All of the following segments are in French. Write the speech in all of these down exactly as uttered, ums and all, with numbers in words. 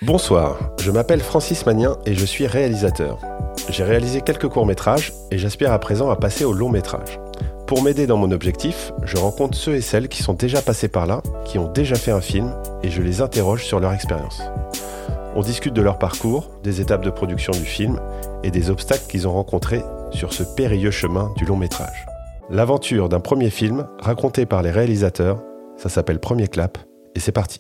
Bonsoir, je m'appelle Francis Magnin et je suis réalisateur. J'ai réalisé quelques courts-métrages et j'aspire à présent à passer au long-métrage. Pour m'aider dans mon objectif, je rencontre ceux et celles qui sont déjà passés par là, qui ont déjà fait un film et je les interroge sur leur expérience. On discute de leur parcours, des étapes de production du film et des obstacles qu'ils ont rencontrés sur ce périlleux chemin du long-métrage. L'aventure d'un premier film raconté par les réalisateurs, ça s'appelle Premier Clap et c'est parti.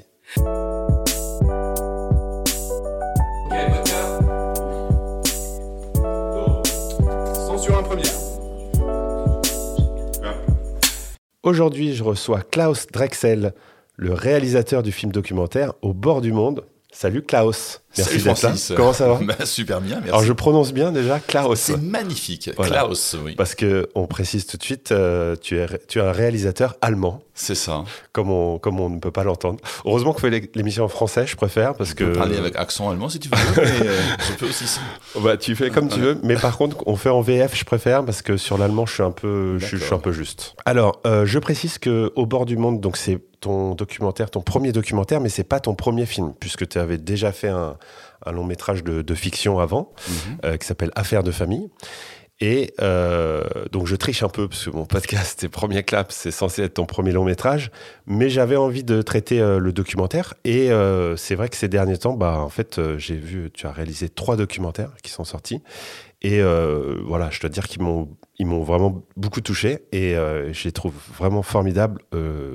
Aujourd'hui, je reçois Klaus Drexel, le réalisateur du film documentaire Au bord du monde. Salut Klaus. Merci d'être là. Comment ça va? Bah, super bien, merci. Alors je prononce bien déjà Klaus. C'est magnifique, voilà. Klaus, oui. Parce qu'on précise tout de suite, euh, tu, es, tu es un réalisateur allemand. C'est ça. Comme on, comme on ne peut pas l'entendre. Heureusement qu'on fait l'émission en français, je préfère. Parce je que... peux parler avec accent allemand si tu veux, mais euh, je peux aussi ça. Bah, tu fais comme tu veux, mais par contre, on fait en V F, je préfère, parce que sur l'allemand, je suis un peu, je, je suis un peu juste. Alors, euh, je précise que Au bord du monde, donc c'est ton documentaire, ton premier documentaire, mais c'est pas ton premier film, puisque tu avais déjà fait un, un long métrage de, de fiction avant, mm-hmm. euh, qui s'appelle Affaires de famille. Et euh, donc je triche un peu, parce que mon podcast, c'est Premier Clap, c'est censé être ton premier long métrage, mais j'avais envie de traiter euh, le documentaire. Et euh, c'est vrai que ces derniers temps, bah, en fait, euh, j'ai vu, tu as réalisé trois documentaires qui sont sortis. Et euh, voilà, je dois te dire qu'ils m'ont, ils m'ont vraiment beaucoup touché. Et euh, je les trouve vraiment formidables. Euh,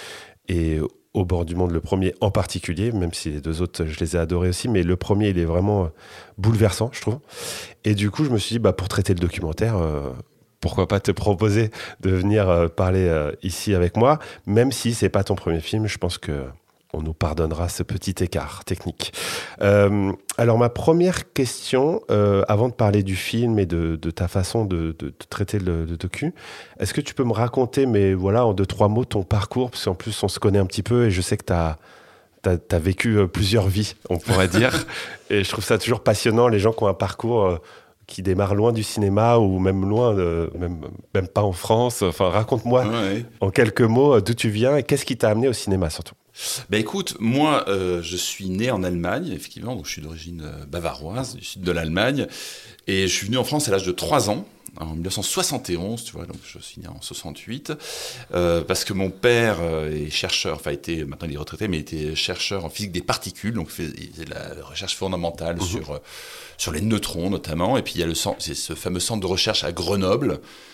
et Au bord du monde, le premier en particulier, même si les deux autres, je les ai adorés aussi, mais le premier, il est vraiment bouleversant, je trouve. Et du coup, je me suis dit, bah, pour traiter le documentaire, euh, pourquoi pas te proposer de venir euh, parler euh, ici avec moi, même si c'est pas ton premier film, je pense que on nous pardonnera ce petit écart technique. Euh, alors, ma première question, euh, avant de parler du film et de, de ta façon de, de, de traiter le, le docu, est-ce que tu peux me raconter, mais voilà, en deux, trois mots, ton parcours, parce qu'en plus, on se connaît un petit peu et je sais que tu as t'as, t'as vécu euh, plusieurs vies, on pourrait dire. Et je trouve ça toujours passionnant, les gens qui ont un parcours euh, qui démarre loin du cinéma ou même loin, de, même, même pas en France. Enfin, raconte-moi ouais. en quelques mots d'où tu viens et qu'est-ce qui t'a amené au cinéma surtout. Ben écoute, moi, euh, je suis né en Allemagne, effectivement, donc je suis d'origine euh, bavaroise, du sud de l'Allemagne, et je suis venu en France à l'âge de trois ans, en dix-neuf cent soixante et onze, tu vois, donc je suis né en soixante-huit, euh, parce que mon père euh, est chercheur, enfin, était, maintenant il est retraité, mais il était chercheur en physique des particules, donc il faisait de la recherche fondamentale mmh. sur, euh, sur les neutrons notamment, et puis il y a le, c'est ce fameux centre de recherche à Grenoble,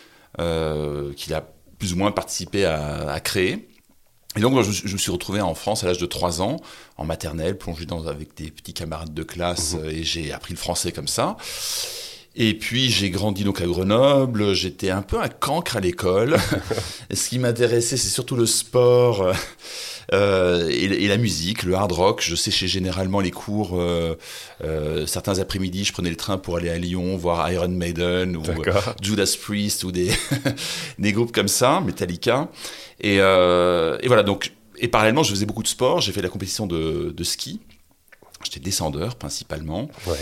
euh, qu'il a plus ou moins participé à, à créer. Et donc, je, je me suis retrouvé en France à l'âge de trois ans, en maternelle, plongé dans, avec des petits camarades de classe, mmh. et j'ai appris le français comme ça. Et puis, j'ai grandi donc à Grenoble, j'étais un peu un cancre à l'école. Et ce qui m'intéressait, c'est surtout le sport euh, et, et la musique, le hard rock. Je séchais généralement les cours. Euh, euh, certains après-midi, je prenais le train pour aller à Lyon, voir Iron Maiden, ou D'accord. Judas Priest, ou des, des groupes comme ça, Metallica. Et, euh, et voilà, donc, et parallèlement, je faisais beaucoup de sport. J'ai fait la compétition de, de ski. J'étais descendeur, principalement. Ouais.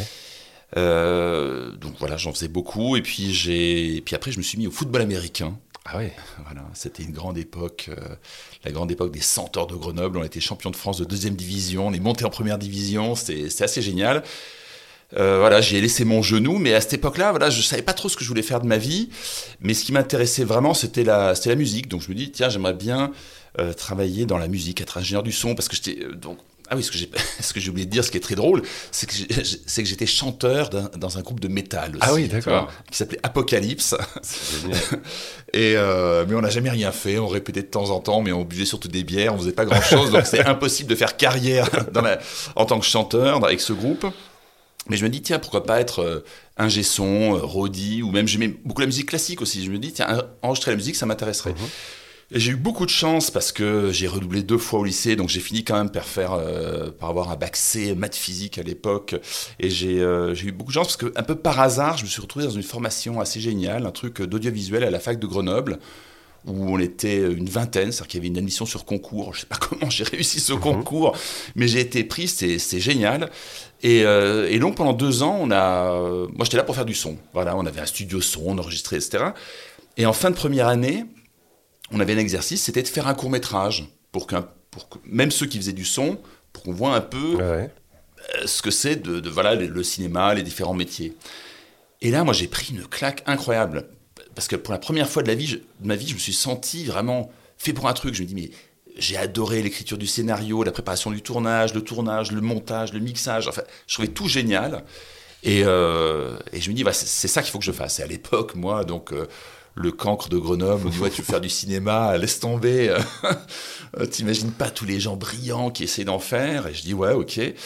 Euh, donc voilà, j'en faisais beaucoup. Et puis, j'ai... et puis après, je me suis mis au football américain. Ah ouais. Voilà, c'était une grande époque, euh, la grande époque des Centaures de Grenoble. On était champion de France de deuxième division. On est monté en première division. C'était, c'était assez génial. Euh, voilà, j'ai laissé mon genou, mais à cette époque-là, voilà, je savais pas trop ce que je voulais faire de ma vie, mais ce qui m'intéressait vraiment, c'était la, c'était la musique. Donc je me dis, tiens, j'aimerais bien euh, travailler dans la musique, être ingénieur du son, parce que j'étais euh, donc ah oui, ce que j'ai, ce que j'ai oublié de dire, ce qui est très drôle, c'est que j'ai, c'est que j'étais chanteur d'un, dans un groupe de métal aussi, ah oui, d'accord, vois, qui s'appelait Apocalypse. C'est génial. Et euh, mais on n'a jamais rien fait, on répétait de temps en temps, mais on buvait surtout des bières, on faisait pas grand-chose, donc c'est impossible de faire carrière dans la, en tant que chanteur avec ce groupe. Mais je me dis, tiens, pourquoi pas être euh, ingé son, euh, roadie, ou même j'aimais beaucoup la musique classique aussi. Je me dis, tiens, enregistrer la musique, ça m'intéresserait. Mmh. Et j'ai eu beaucoup de chance parce que j'ai redoublé deux fois au lycée, donc j'ai fini quand même par, faire, euh, par avoir un bac C, maths physique à l'époque. Et j'ai, euh, j'ai eu beaucoup de chance parce qu'un peu par hasard, je me suis retrouvé dans une formation assez géniale, un truc d'audiovisuel à la fac de Grenoble, où on était une vingtaine, c'est-à-dire qu'il y avait une admission sur concours. Je ne sais pas comment j'ai réussi ce mmh. concours, mais j'ai été pris, c'est, c'est génial. Et, euh, et donc, pendant deux ans, on a... Euh, moi, j'étais là pour faire du son. Voilà, on avait un studio son, on enregistrait, et cetera. Et en fin de première année, on avait un exercice, c'était de faire un court-métrage, pour, qu'un, pour que même ceux qui faisaient du son, pour qu'on voit un peu... Ouais. ce que c'est de, de voilà, le, le cinéma, les différents métiers. Et là, moi, j'ai pris une claque incroyable. Parce que pour la première fois de, la vie, je, de ma vie, je me suis senti vraiment fait pour un truc. Je me dis, mais j'ai adoré l'écriture du scénario, la préparation du tournage, le tournage, le montage, le mixage. Enfin, je trouvais tout génial. Et, euh, et je me dis, bah, c'est, c'est ça qu'il faut que je fasse. Et à l'époque, moi, donc, euh, le cancre de Grenoble, on dit, ouais, tu veux faire du cinéma, laisse tomber. T'imagines pas tous les gens brillants qui essaient d'en faire. Et je dis, ouais, ok. Et...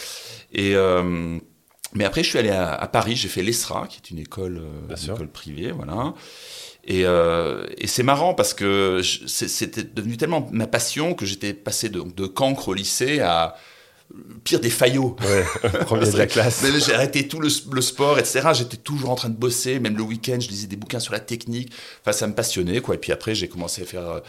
Euh, Mais après, je suis allé à, à Paris, j'ai fait l'E S R A, qui est une école, euh, une école privée, voilà. Et, euh, et c'est marrant parce que je, c'est, c'était devenu tellement ma passion que j'étais passé de, de cancre au lycée à pire des faillots. Ouais, premier de la classe. Mais j'ai arrêté tout le, le sport, et cetera. J'étais toujours en train de bosser, même le week-end, je lisais des bouquins sur la technique. Enfin, ça me passionnait, quoi. Et puis après, j'ai commencé à faire...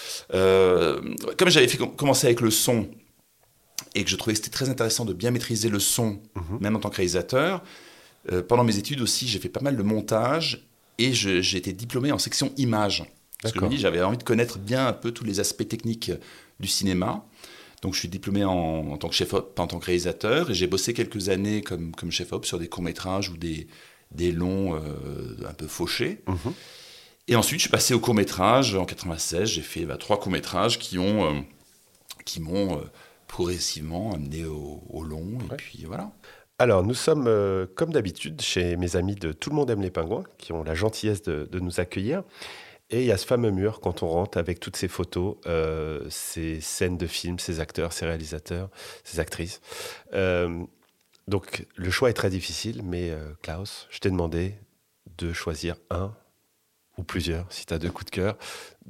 Euh, comme j'avais fait, commencé avec le son, et que je trouvais que c'était très intéressant de bien maîtriser le son, mmh. même en tant que réalisateur. Euh, pendant mes études aussi, j'ai fait pas mal de montage et je, j'ai été diplômé en section images. Parce D'accord. que je me dis, j'avais envie de connaître bien un peu tous les aspects techniques du cinéma. Donc je suis diplômé en, en tant que chef-op, pas en tant que réalisateur, et j'ai bossé quelques années comme, comme chef-op sur des courts-métrages ou des, des longs euh, un peu fauchés. Mmh. Et ensuite, je suis passé au court-métrage. En quatre-vingt-seize, j'ai fait bah, trois courts-métrages qui, ont, euh, qui m'ont... Euh, progressivement amené au, au long, et ouais. puis voilà. Alors, nous sommes, euh, comme d'habitude, chez mes amis de Tout le monde aime les pingouins, qui ont la gentillesse de, de nous accueillir. Et il y a ce fameux mur, quand on rentre, avec toutes ces photos, euh, ces scènes de films, ces acteurs, ces réalisateurs, ces actrices. Euh, donc, le choix est très difficile, mais euh, Klaus, je t'ai demandé de choisir un ou plusieurs, si tu as deux coups de cœur,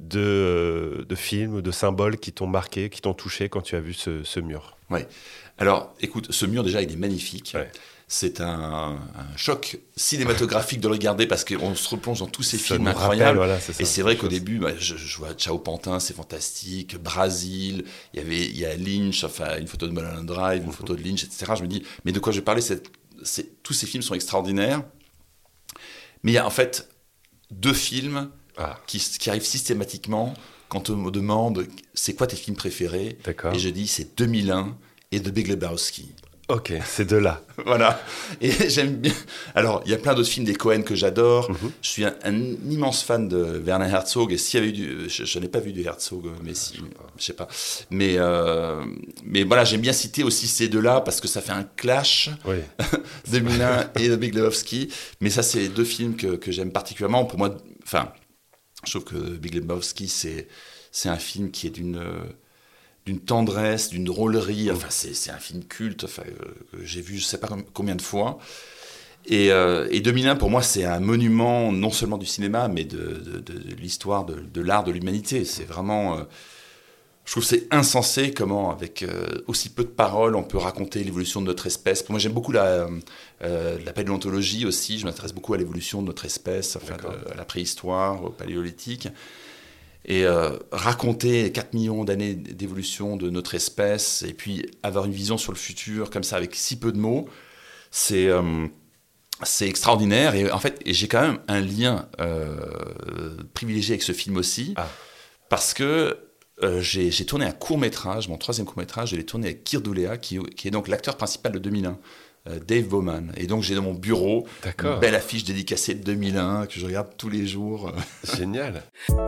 de, de films ou de symboles qui t'ont marqué, qui t'ont touché quand tu as vu ce, ce mur. Oui. Alors, écoute, ce mur, déjà, il est magnifique. Ouais. C'est un, un choc cinématographique de le regarder parce qu'on se replonge dans tous ces ça films rappelle, incroyables. Voilà, c'est ça, et c'est vrai qu'au chose. début, bah, je, je vois Ciao Pantin, c'est fantastique. Brasil, il y avait, il y a Lynch, enfin, une photo de Mulholland Drive, une mm-hmm. photo de Lynch, et cetera. Je me dis, mais de quoi je vais parler c'est, c'est, tous ces films sont extraordinaires. Mais il y a en fait deux films ah. qui, qui arrivent systématiquement quand on me demande c'est quoi tes films préférés. D'accord. Et je dis c'est deux mille un et The Big Lebowski. Ok, ces deux-là. Voilà. Et j'aime bien. Alors, il y a plein d'autres films des Coen que j'adore. Mm-hmm. Je suis un, un immense fan de Werner Herzog. Et s'il y avait eu du. Je, je n'ai pas vu du Herzog, mais si. Je sais pas. Je sais pas. Mais, euh, mais voilà, j'aime bien citer aussi ces deux-là parce que ça fait un clash. Oui. deux mille un et The Big Lebowski. Mais ça, c'est deux films que, que j'aime particulièrement. Pour moi, enfin, je trouve que Big Lebowski, c'est, c'est un film qui est d'une. d'une tendresse, d'une drôlerie. Enfin, c'est, c'est un film culte enfin, euh, que j'ai vu je ne sais pas combien de fois. Et, euh, et deux mille un, pour moi, c'est un monument non seulement du cinéma, mais de, de, de, de l'histoire, de, de l'art, de l'humanité. C'est vraiment... Euh, je trouve que c'est insensé comment, avec euh, aussi peu de paroles, on peut raconter l'évolution de notre espèce. Pour moi, j'aime beaucoup la, euh, la paléontologie aussi. Je m'intéresse beaucoup à l'évolution de notre espèce, enfin, de, à la préhistoire, au paléolithique. Et euh, raconter quatre millions d'années d'évolution de notre espèce et puis avoir une vision sur le futur comme ça avec si peu de mots, c'est, euh, c'est extraordinaire. Et en fait, et j'ai quand même un lien euh, privilégié avec ce film aussi ah. parce que euh, j'ai, j'ai tourné un court-métrage, mon troisième court-métrage, je l'ai tourné avec Keir Dullea qui, qui est donc l'acteur principal de deux mille un. Euh, Dave Bowman. Et donc, j'ai dans mon bureau D'accord. une belle affiche dédicacée de deux mille un que je regarde tous les jours. Génial.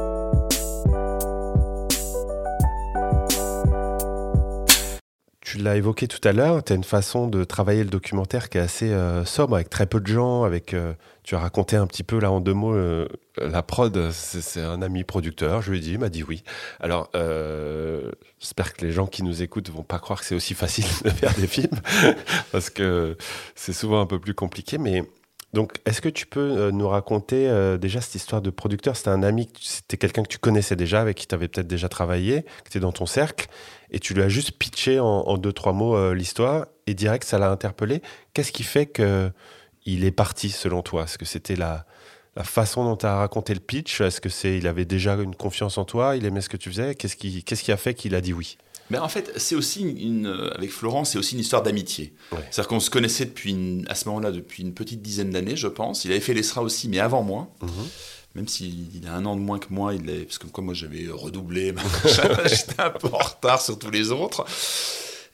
Tu l'as évoqué tout à l'heure, tu as une façon de travailler le documentaire qui est assez euh, sobre, avec très peu de gens. Avec, euh, tu as raconté un petit peu, là, en deux mots, euh, la prod, c'est, c'est un ami producteur. Je lui ai dit, il m'a dit oui. Alors, euh, j'espère que les gens qui nous écoutent ne vont pas croire que c'est aussi facile de faire des films, parce que c'est souvent un peu plus compliqué. Mais donc, est-ce que tu peux euh, nous raconter euh, déjà cette histoire de producteur ? C'était un ami, c'était quelqu'un que tu connaissais déjà, avec qui tu avais peut-être déjà travaillé, qui était dans ton cercle, et tu lui as juste pitché en, en deux, trois mots euh, l'histoire, et direct, ça l'a interpellé. Qu'est-ce qui fait qu'il est parti, selon toi ? Est-ce que c'était la, la façon dont tu as raconté le pitch ? Est-ce que c'est, il avait déjà une confiance en toi ? Il aimait ce que tu faisais ? Qu'est-ce qui, qu'est-ce qui a fait qu'il a dit oui ? Mais en fait, c'est aussi une, avec Florent, c'est aussi une histoire d'amitié. Ouais. C'est-à-dire qu'on se connaissait depuis une, à ce moment-là depuis une petite dizaine d'années, je pense. Il avait fait l'E S R A aussi, mais avant moi. Mm-hmm. Même s'il a un an de moins que moi, il est, parce que comme moi j'avais redoublé, j'étais un peu en retard sur tous les autres.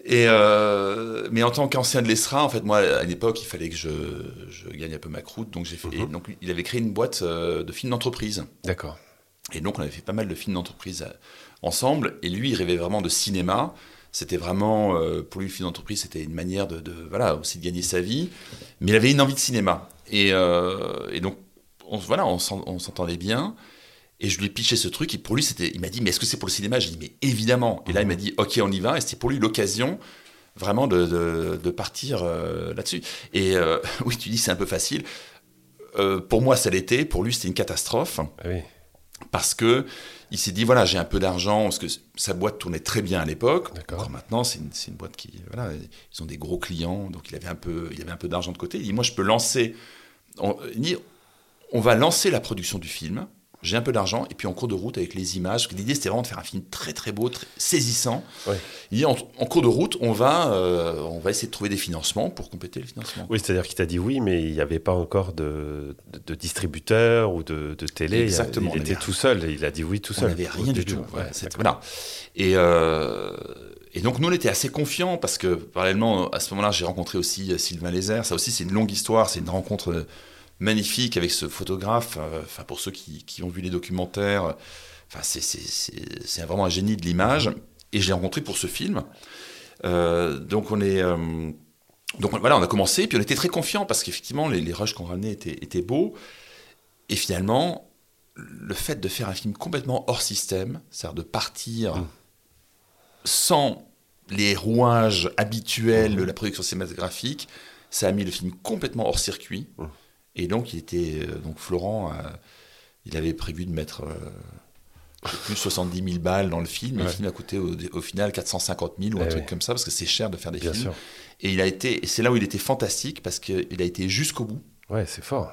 Et euh, mais en tant qu'ancien de l'E S R A, en fait, moi, à l'époque, il fallait que je, je gagne un peu ma croûte. Donc, j'ai fait, mm-hmm. et donc, il avait créé une boîte euh, de films d'entreprise. D'accord. Et donc, on avait fait pas mal de films d'entreprise euh, ensemble. Et lui, il rêvait vraiment de cinéma. C'était vraiment, euh, pour lui, le film d'entreprise, c'était une manière de, de, voilà, aussi de gagner sa vie. Mais il avait une envie de cinéma. Et, euh, et donc, on, voilà, on, on s'entendait bien. Et je lui ai pitché ce truc, et pour lui, c'était, il m'a dit, mais est-ce que c'est pour le cinéma ? J'ai dit, mais évidemment. Et là, il m'a dit, ok, on y va. Et c'était pour lui l'occasion, vraiment, de, de, de partir euh, là-dessus. Et euh, oui, tu dis, c'est un peu facile. Euh, pour moi, ça l'était. Pour lui, c'était une catastrophe. Ah oui. Parce que il s'est dit, voilà, j'ai un peu d'argent, parce que sa boîte tournait très bien à l'époque. D'accord. Encore maintenant, c'est une, c'est une boîte qui, voilà, ils ont des gros clients, donc il avait un peu, il avait un peu d'argent de côté. Il dit, moi, je peux lancer, on, il dit, on va lancer la production du film. J'ai un peu d'argent, et puis en cours de route avec les images, l'idée c'était vraiment de faire un film très très beau, très saisissant. Ouais. Il dit, en, en cours de route, on va, euh, on va essayer de trouver des financements pour compléter le financement. Oui, c'est-à-dire qu'il t'a dit oui, mais il n'y avait pas encore de, de, de distributeur ou de, de télé. Exactement. Il, il était avait... tout seul, et il a dit oui tout seul. On n'avait rien du début. tout. Ouais, ouais, voilà. Et, euh, et donc nous on était assez confiants, parce que parallèlement, à ce moment-là, j'ai rencontré aussi Sylvain Lézère. Ça aussi, c'est une longue histoire, c'est une rencontre magnifique avec ce photographe. Enfin, pour ceux qui, qui ont vu les documentaires, enfin, c'est, c'est, c'est, c'est vraiment un génie de l'image. Et je l'ai rencontré pour ce film. Euh, donc on est, euh, donc voilà, on a commencé, puis on était très confiants parce qu'effectivement les, les rushs qu'on ramenait étaient, étaient beaux. Et finalement, le fait de faire un film complètement hors système, c'est-à-dire de partir mmh. sans les rouages habituels mmh. de la production cinématographique, ça a mis le film complètement hors circuit. Mmh. Et donc, il était, euh, donc Florent, euh, il avait prévu de mettre euh, plus soixante-dix mille balles dans le film. Ouais. Et le film a coûté au, au final quatre cent cinquante mille ou un eh truc oui. comme ça, parce que c'est cher de faire des Bien films. Sûr. Et, il a été, et c'est là où il était fantastique, parce qu'il a été jusqu'au bout. Ouais, c'est fort.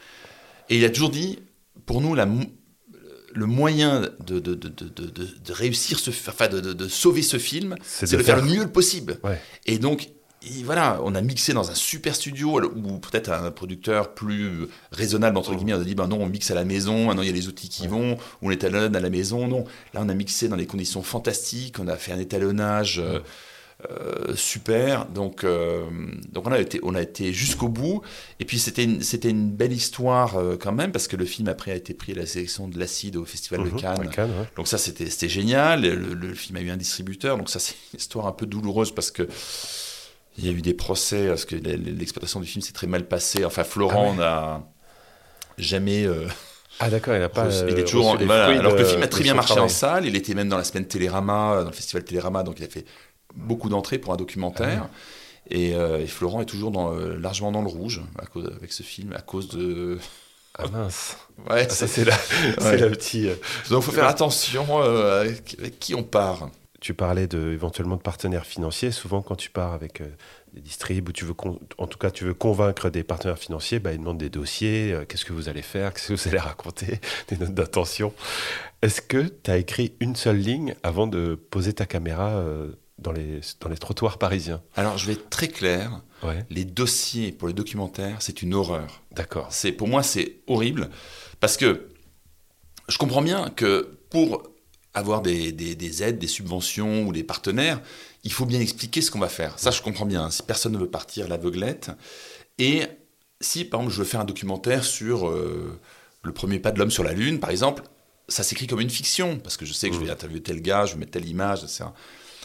Et il a toujours dit, pour nous, la, le moyen de, de, de, de, de, de réussir, ce, enfin de, de, de sauver ce film, c'est, c'est de, de faire, faire le mieux possible. Ouais. Et donc, et voilà, on a mixé dans un super studio, ou peut-être un producteur plus raisonnable, entre guillemets, on a dit, ben non, on mixe à la maison, maintenant il y a les outils qui ouais. vont, on étalonne à la maison, non. Là, on a mixé dans des conditions fantastiques, on a fait un étalonnage ouais. euh, super, donc, euh, donc on a été, on a été jusqu'au bout, et puis c'était une, c'était une belle histoire euh, quand même, parce que le film après a été pris à la sélection de l'Acide au Festival mmh, de Cannes, Cannes ouais. donc ça c'était, c'était génial, le, le film a eu un distributeur, donc ça c'est une histoire un peu douloureuse, parce que il y a eu des procès, parce que l'exploitation du film s'est très mal passée. Enfin, Florent ah ouais. n'a jamais... Euh, ah d'accord, il n'a pas... Il est toujours... Voilà, alors de, que le film a très bien marché travail. en salle. Il était même dans la semaine Télérama, dans le festival Télérama, donc il a fait beaucoup d'entrées pour un documentaire. Ah ouais. et, euh, et Florent est toujours dans, euh, largement dans le rouge à cause, avec ce film, à cause de... Ah mince. Ouais, ah, ça c'est la, ouais. c'est la petite... Donc il faut faire attention euh, avec, avec qui on part. Tu parlais de, éventuellement de partenaires financiers. Souvent, quand tu pars avec euh, des distribs, ou tu veux con... en tout cas, tu veux convaincre des partenaires financiers, bah, ils demandent des dossiers. Euh, qu'est-ce que vous allez faire ? Qu'est-ce que vous allez raconter ? Des notes d'intention. Est-ce que tu as écrit une seule ligne avant de poser ta caméra euh, dans, les, dans les trottoirs parisiens ? Alors, je vais être très clair. Ouais. Les dossiers pour les documentaires, c'est une horreur. D'accord. C'est, pour moi, c'est horrible. Parce que je comprends bien que pour... avoir des, des, des aides, des subventions ou des partenaires, il faut bien expliquer ce qu'on va faire. Ça, je comprends bien. Si personne ne veut partir à l'aveuglette. Et si, par exemple, je veux faire un documentaire sur euh, le premier pas de l'homme sur la Lune, par exemple, ça s'écrit comme une fiction, parce que je sais que mmh. je vais interviewer tel gars, je vais mettre telle image, et cetera.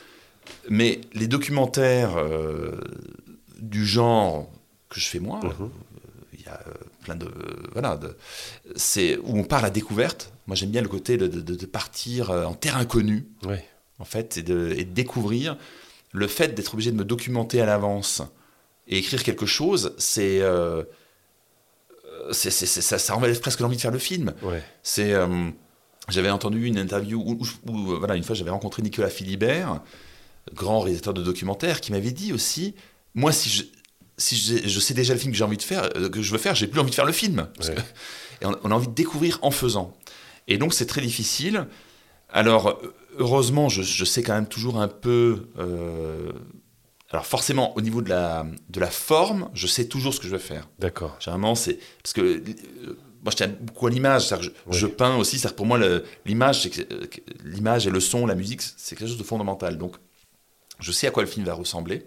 Mais les documentaires euh, du genre que je fais moi, il mmh. euh, y a euh, plein de... Euh, voilà, de, c'est où on part à la découverte. Moi, j'aime bien le côté de, de, de partir en terre inconnue, oui. en fait, et de, et de découvrir. Le fait d'être obligé de me documenter à l'avance et écrire quelque chose, c'est, euh, c'est, c'est, c'est ça, ça enlève presque l'envie de faire le film. Ouais. C'est, euh, j'avais entendu une interview où, où, où, voilà, une fois, j'avais rencontré Nicolas Philibert, grand réalisateur de documentaires, qui m'avait dit aussi, moi, si je, si je, je sais déjà le film que j'ai envie de faire, que je veux faire, j'ai plus envie de faire le film. Parce ouais. que, et on, on a envie de découvrir en faisant. Et donc, c'est très difficile. Alors, heureusement, je, je sais quand même toujours un peu... Euh, alors, forcément, au niveau de la, de la forme, je sais toujours ce que je veux faire. D'accord. Généralement, c'est... Parce que euh, moi, je tiens beaucoup à l'image. C'est-à-dire que je, oui. je peins aussi. C'est-à-dire que pour moi, le, l'image, c'est que, l'image et le son, la musique, c'est quelque chose de fondamental. Donc, Je sais à quoi le film va ressembler.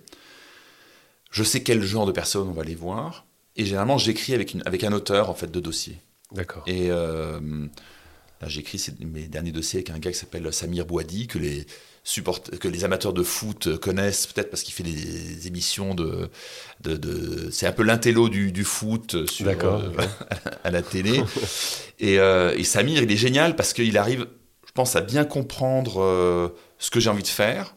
Je sais quel genre de personnes on va aller voir. Et généralement, j'écris avec, une, avec un auteur en fait, de dossier. D'accord. Et euh, là, j'écris mes derniers dossiers avec un gars qui s'appelle Samir Bouadi, que les, support... que les amateurs de foot connaissent peut-être parce qu'il fait des émissions de... de, de... C'est un peu l'intello du, du foot sur, euh, okay. à la télé. et, euh, et Samir, il est génial parce qu'il arrive, je pense, à bien comprendre euh, ce que j'ai envie de faire.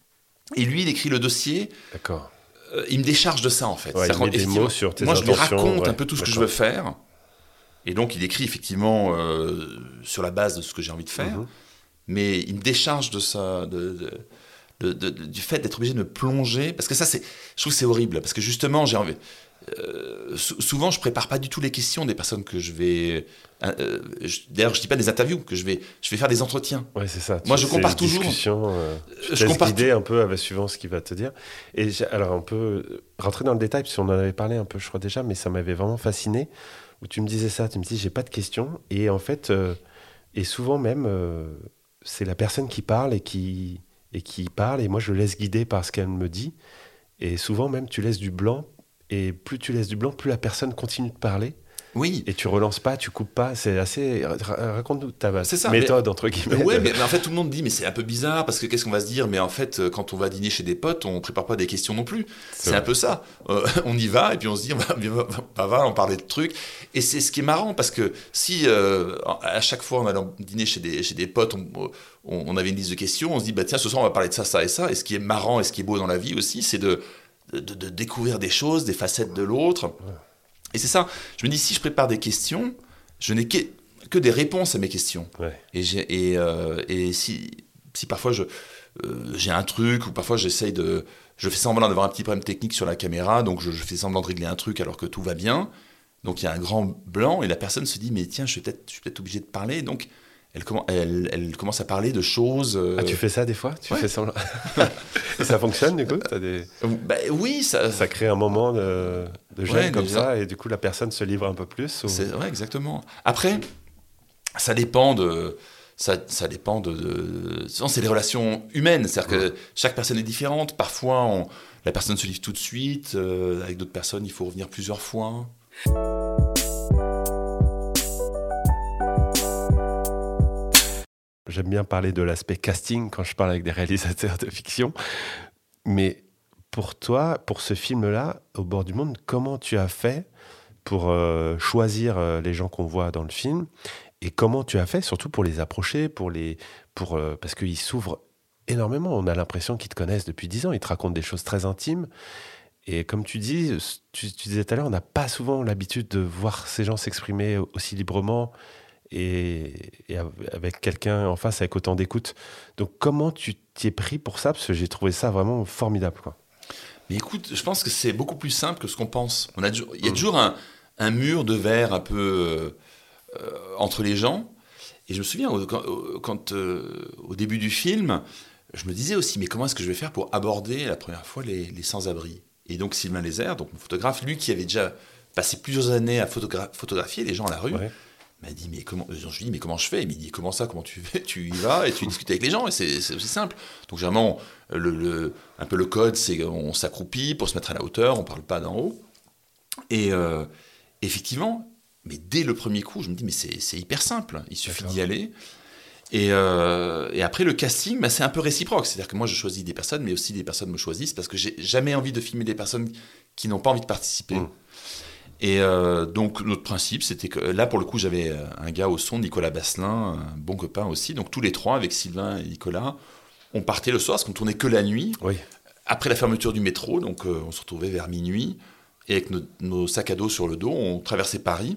Et lui, il écrit le dossier. D'accord. Euh, il me décharge de ça, en fait. Ouais, il met des mots sur tes moi, intentions. Moi, je lui raconte ouais, un peu tout ce d'accord. que je veux faire. Et donc, il écrit effectivement euh, sur la base de ce que j'ai envie de faire. Mm-hmm. Mais il me décharge de ça, de, de, de, de, de, du fait d'être obligé de me plonger. Parce que ça, c'est, je trouve que c'est horrible. Parce que justement, j'ai envie... Euh, souvent, je prépare pas du tout les questions des personnes que je vais. Euh, je, d'ailleurs, je dis pas des interviews que je vais. Je vais faire des entretiens. Ouais, c'est ça. Moi, je compare toujours. Euh, je, je compare guider tout. un peu avec suivant ce qu'il va te dire. Et alors, on peut rentrer dans le détail parce qu'on en avait parlé un peu, je crois déjà, mais ça m'avait vraiment fasciné. Où tu me disais ça, tu me dis, j'ai pas de questions. Et en fait, euh, et souvent même, euh, c'est la personne qui parle et qui et qui parle, et moi, je laisse guider par ce qu'elle me dit. Et souvent même, tu laisses du blanc. Et plus tu laisses du blanc, plus la personne continue de parler. Oui. Et tu relances pas, tu coupes pas. C'est assez. Raconte-nous ta c'est ça, méthode, mais, entre guillemets. Ouais, mais, mais en fait, tout le monde dit, mais c'est un peu bizarre, parce que qu'est-ce qu'on va se dire? Mais en fait, quand on va dîner chez des potes, on prépare pas des questions non plus. C'est, c'est un peu ça. Euh, on y va, et puis on se dit, on va, on va, on parler de trucs. Et c'est ce qui est marrant, parce que si euh, à chaque fois on allait dîner chez des, chez des potes, on, on, on avait une liste de questions, on se dit, bah tiens, ce soir on va parler de ça, ça et ça. Et ce qui est marrant et ce qui est beau dans la vie aussi, c'est de. De, de découvrir des choses, des facettes de l'autre. Ouais. Et c'est ça. Je me dis, si je prépare des questions, je n'ai que, que des réponses à mes questions. Ouais. Et, j'ai, et, euh, et si, si parfois je, euh, j'ai un truc, ou parfois j'essaye de... Je fais semblant d'avoir un petit problème technique sur la caméra, donc je, je fais semblant de régler un truc alors que tout va bien. Donc il y a un grand blanc, et la personne se dit, mais tiens, je suis peut-être, je suis peut-être obligé de parler. Donc elle, elle, elle commence à parler de choses... Euh... Ah, tu fais ça des fois? Tu ouais. fais semblant. Et ça fonctionne, du coup? T'as des... bah, oui, ça... Ça crée un moment de, de gêne ouais, comme déjà. ça, et du coup, la personne se livre un peu plus ou... C'est vrai, exactement. Après, ça dépend de... Ça, ça dépend de... de... C'est les relations humaines, c'est-à-dire ouais. que chaque personne est différente. Parfois, on... la personne se livre tout de suite. Euh, avec d'autres personnes, il faut revenir plusieurs fois. J'aime bien parler de l'aspect casting quand je parle avec des réalisateurs de fiction. Mais pour toi, pour ce film-là, Au bord du monde, comment tu as fait pour euh, choisir euh, les gens qu'on voit dans le film? Et comment tu as fait, surtout pour les approcher, pour les, pour, euh, parce qu'ils s'ouvrent énormément. On a l'impression qu'ils te connaissent depuis dix ans. Ils te racontent des choses très intimes. Et comme tu dis, tu, tu disais tout à l'heure, on n'a pas souvent l'habitude de voir ces gens s'exprimer aussi librement. Et, et avec quelqu'un en face avec autant d'écoute. Donc comment tu t'y es pris pour ça? Parce que j'ai trouvé ça vraiment formidable, quoi. Mais écoute, je pense que c'est beaucoup plus simple que ce qu'on pense. On a, il y a mmh. toujours un, un mur de verre un peu euh, entre les gens. Et je me souviens, quand, quand euh, au début du film, je me disais aussi, mais comment est-ce que je vais faire pour aborder la première fois les, les sans-abri? Et donc Sylvain Lézère, donc mon photographe, lui qui avait déjà passé plusieurs années à photogra- photographier les gens à la rue, ouais. m'a dit, mais comment, je lui dis, mais comment je fais? Il m'a dit, comment ça, comment tu fais? Tu y vas et tu discutes avec les gens, et c'est, c'est aussi simple. Donc, généralement, le, le, un peu le code, c'est qu'on s'accroupit pour se mettre à la hauteur, on ne parle pas d'en haut. Et euh, effectivement, mais dès le premier coup, je me dis, mais c'est, c'est hyper simple, il suffit D'accord. d'y aller. Et, euh, et après, le casting, bah, c'est un peu réciproque. C'est-à-dire que moi, je choisis des personnes, mais aussi des personnes me choisissent, parce que j'ai jamais envie de filmer des personnes qui n'ont pas envie de participer. Mmh. Et euh, donc, notre principe, c'était que là, pour le coup, j'avais un gars au son, Nicolas Basselin, un bon copain aussi. Donc, tous les trois, avec Sylvain et Nicolas, on partait le soir, parce qu'on tournait que la nuit. Oui. Après la fermeture du métro, donc euh, on se retrouvait vers minuit. Et avec nos, nos sacs à dos sur le dos, on traversait Paris.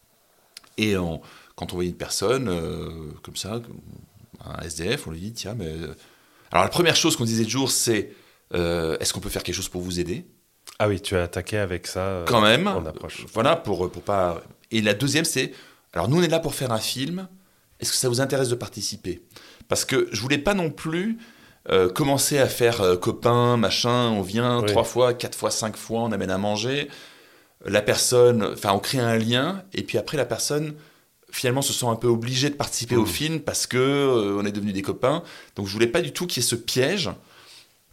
Et on, quand on voyait une personne, euh, comme ça, un S D F, on lui dit, tiens, mais... Alors, la première chose qu'on disait de jour, c'est, euh, est-ce qu'on peut faire quelque chose pour vous aider ? Ah oui, tu as attaqué avec ça euh, quand même, en approche. Voilà, pour, pour pas... Et la deuxième, c'est... Alors, nous, on est là pour faire un film. Est-ce que ça vous intéresse de participer ? Parce que je voulais pas non plus euh, commencer à faire euh, copain, machin, on vient oui. trois fois, quatre fois, cinq fois, on amène à manger. La personne... Enfin, on crée un lien. Et puis après, la personne, finalement, se sent un peu obligée de participer mmh. au film parce qu'on euh, est devenus des copains. Donc, je voulais pas du tout qu'il y ait ce piège.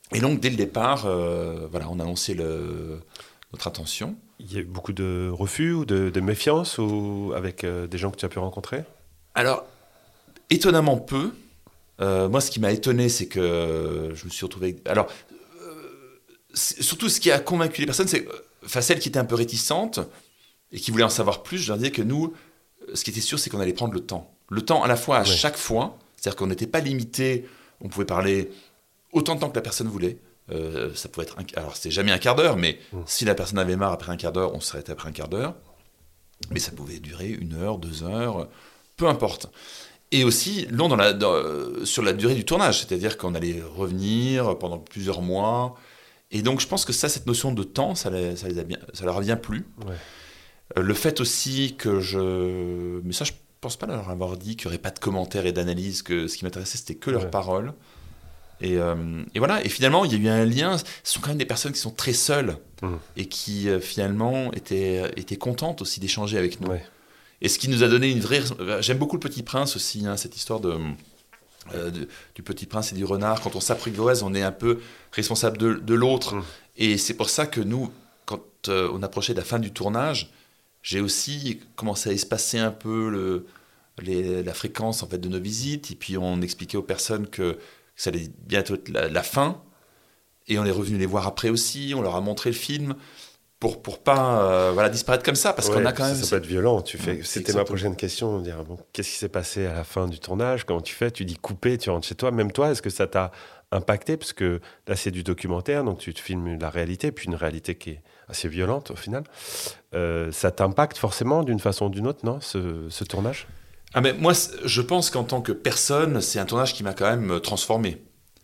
Et donc, dès le départ, euh, voilà, on a annoncé le, notre intention. Il y a eu beaucoup de refus ou de, de méfiance ou avec euh, des gens que tu as pu rencontrer? Alors, étonnamment peu. Euh, moi, ce qui m'a étonné, c'est que je me suis retrouvé... Avec... Alors, euh, surtout, ce qui a convaincu les personnes, c'est... Enfin, celles qui étaient un peu réticentes et qui voulaient en savoir plus, je leur disais que nous, ce qui était sûr, c'est qu'on allait prendre le temps. Le temps à la fois à ouais. chaque fois, c'est-à-dire qu'on n'était pas limité, on pouvait parler autant de temps que la personne voulait. Euh, ça pouvait être un... Alors, c'était jamais un quart d'heure, mais mmh. si la personne avait marre après un quart d'heure, on s'arrêtait après un quart d'heure. Mais ça pouvait durer une heure, deux heures, peu importe. Et aussi, long dans la, dans, sur la durée du tournage, c'est-à-dire qu'on allait revenir pendant plusieurs mois. Et donc, je pense que ça, cette notion de temps, ça, les, ça, les a bien, ça leur a bien plu. Ouais. Euh, le fait aussi que je... Mais ça, je pense pas leur avoir dit qu'il n'y aurait pas de commentaires et d'analyse, que ce qui m'intéressait, c'était que leurs ouais. paroles. Et, euh, et voilà, et finalement, il y a eu un lien. Ce sont quand même des personnes qui sont très seules mmh. et qui, euh, finalement, étaient, étaient contentes aussi d'échanger avec nous. Ouais. Et ce qui nous a donné une vraie... J'aime beaucoup le Petit Prince aussi, hein, cette histoire de, euh, de, du Petit Prince et du renard. Quand on s'apprivoise, on est un peu responsable de, de l'autre. Mmh. Et c'est pour ça que nous, quand euh, on approchait de la fin du tournage, j'ai aussi commencé à espacer un peu le, les, la fréquence en fait, de nos visites. Et puis on expliquait aux personnes que ça allait bientôt être la, la fin. Et on est revenu les voir après aussi. On leur a montré le film. Pour pour pas euh, voilà disparaître comme ça parce ouais, qu'on a quand même ça peut être violent. Tu fais c'était ma prochaine question, dire bon qu'est-ce qui s'est passé à la fin du tournage, comment tu fais, tu dis couper, tu rentres chez toi, même toi, est-ce que ça t'a impacté parce que là c'est du documentaire donc tu te filmes la réalité puis une réalité qui est assez violente au final. Euh, ça t'impacte forcément d'une façon ou d'une autre, non, ce, ce tournage? Ah mais moi je pense qu'en tant que personne, c'est un tournage qui m'a quand même transformé.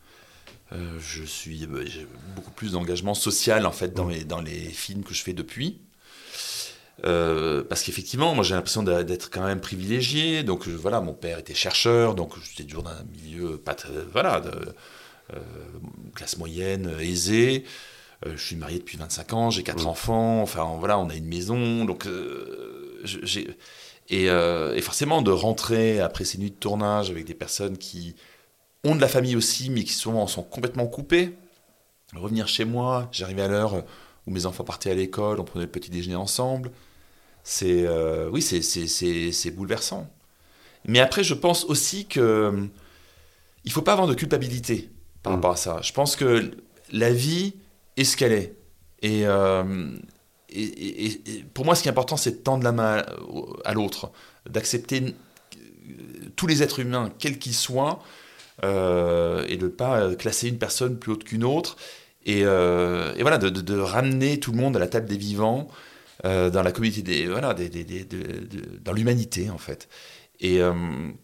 Euh, je suis, euh, j'ai beaucoup plus d'engagement social en fait dans, mmh. les, dans les films que je fais depuis. Euh, parce qu'effectivement, moi j'ai l'impression d'être quand même privilégié. Donc je, voilà, mon père était chercheur, donc j'étais toujours dans un milieu pas très, voilà, de euh, classe moyenne, aisée. Euh, je suis marié depuis vingt-cinq ans, j'ai quatre mmh. enfants. Enfin voilà, on a une maison, donc euh, j'ai et, euh, et forcément de rentrer après ces nuits de tournage avec des personnes qui ont de la famille aussi, mais qui souvent en sont complètement coupés. Revenir chez moi, j'arrivais à l'heure où mes enfants partaient à l'école, on prenait le petit déjeuner ensemble. C'est, euh, oui, c'est, c'est, c'est, c'est bouleversant. Mais après, je pense aussi qu'il ne faut pas avoir de culpabilité par mmh. rapport à ça. Je pense que la vie est ce qu'elle est. Et, euh, et, et, et pour moi, ce qui est important, c'est de tendre la main à l'autre, d'accepter tous les êtres humains, quels qu'ils soient, Euh, et de ne pas classer une personne plus haute qu'une autre, et, euh, et voilà, de, de, de ramener tout le monde à la table des vivants, euh, dans la communauté des, voilà, des, des, des, de, de, dans l'humanité en fait. Et, euh,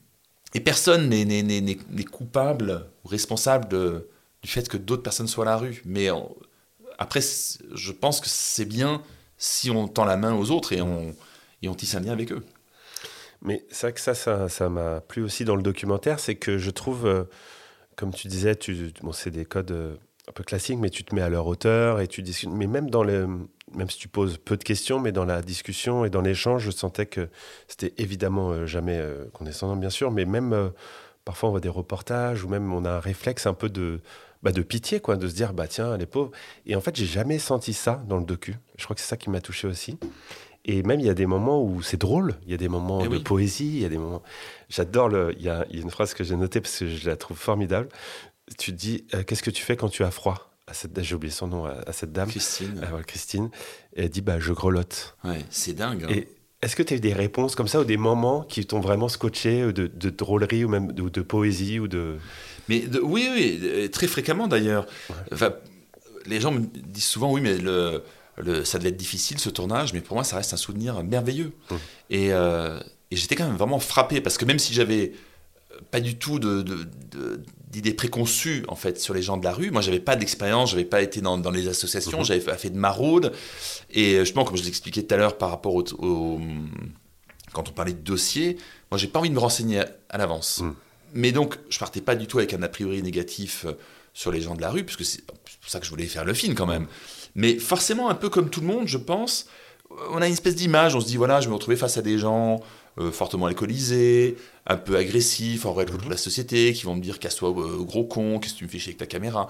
et personne n'est, n'est, n'est, n'est coupable ou responsable de, du fait que d'autres personnes soient à la rue. Mais on, après, je pense que c'est bien si on tend la main aux autres et on, et on tisse un lien avec eux. Mais c'est vrai que ça, ça, ça m'a plu aussi dans le documentaire, c'est que je trouve, euh, comme tu disais, tu, bon, c'est des codes euh, un peu classiques, mais tu te mets à leur hauteur et tu discutes. Mais même, dans les, même si tu poses peu de questions, mais dans la discussion et dans l'échange, je sentais que c'était évidemment euh, jamais euh, condescendant, bien sûr, mais même euh, parfois on voit des reportages ou même on a un réflexe un peu de, bah, de pitié, quoi, de se dire, bah tiens, les pauvres. Et en fait, j'ai jamais senti ça dans le docu. Je crois que c'est ça qui m'a touché aussi. Et même, il y a des moments où c'est drôle, il y a des moments eh de oui. poésie, il y a des moments... J'adore, le... il, y a, il y a une phrase que j'ai notée parce que je la trouve formidable. Tu te dis, euh, qu'est-ce que tu fais quand tu as froid à cette... J'ai oublié son nom, à, à cette dame. Christine. Euh, Christine. Et elle dit, bah, je grelotte. Ouais, c'est dingue. Hein. Et est-ce que tu as eu des réponses comme ça ou des moments qui t'ont vraiment scotché, de, de drôlerie ou même de, de poésie ou de... Mais de... Oui, oui, très fréquemment d'ailleurs. Ouais. Enfin, les gens me disent souvent, oui, mais le... Le, ça devait être difficile ce tournage, mais pour moi ça reste un souvenir merveilleux. Mmh. Et, euh, et j'étais quand même vraiment frappé parce que même si j'avais pas du tout de, de, de, d'idées préconçues en fait sur les gens de la rue, moi j'avais pas d'expérience, j'avais pas été dans, dans les associations, mmh. j'avais fait, fait de maraude. Et justement, comme je l'expliquais tout à l'heure par rapport au, au quand on parlait de dossier, moi j'ai pas envie de me renseigner à, à l'avance. Mmh. Mais donc je partais pas du tout avec un a priori négatif sur les gens de la rue, puisque c'est pour ça que je voulais faire le film quand même. Mais forcément, un peu comme tout le monde, je pense, on a une espèce d'image, on se dit, voilà, je vais me retrouver face à des gens euh, fortement alcoolisés, un peu agressifs, en vrai, contre la société, qui vont me dire, casse-toi, euh, gros con, qu'est-ce que tu me fais chier avec ta caméra.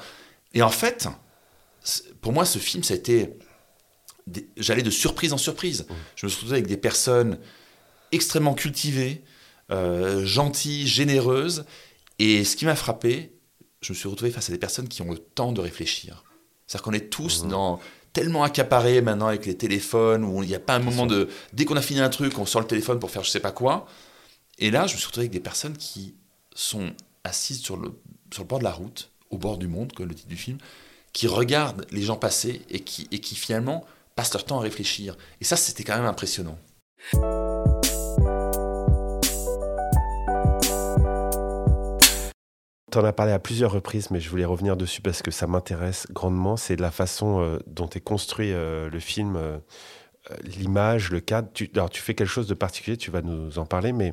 Et en fait, pour moi, ce film, ça a été... Des... J'allais de surprise en surprise. Mmh. Je me suis retrouvé avec des personnes extrêmement cultivées, euh, gentilles, généreuses. Et ce qui m'a frappé, je me suis retrouvé face à des personnes qui ont le temps de réfléchir. C'est-à-dire qu'on est tous mmh. dans, tellement accaparés maintenant avec les téléphones, où il n'y a pas un moment de... Dès qu'on a fini un truc, on sort le téléphone pour faire je ne sais pas quoi. Et là, je me suis retrouvé avec des personnes qui sont assises sur le, sur le bord de la route, au bord du monde, comme le titre du film, qui regardent les gens passer et qui, et qui finalement passent leur temps à réfléchir. Et ça, c'était quand même impressionnant. Tu en as parlé à plusieurs reprises, mais je voulais revenir dessus parce que ça m'intéresse grandement. C'est la façon euh, dont est construit euh, le film, euh, l'image, le cadre. Tu, alors, tu fais quelque chose de particulier, tu vas nous en parler, mais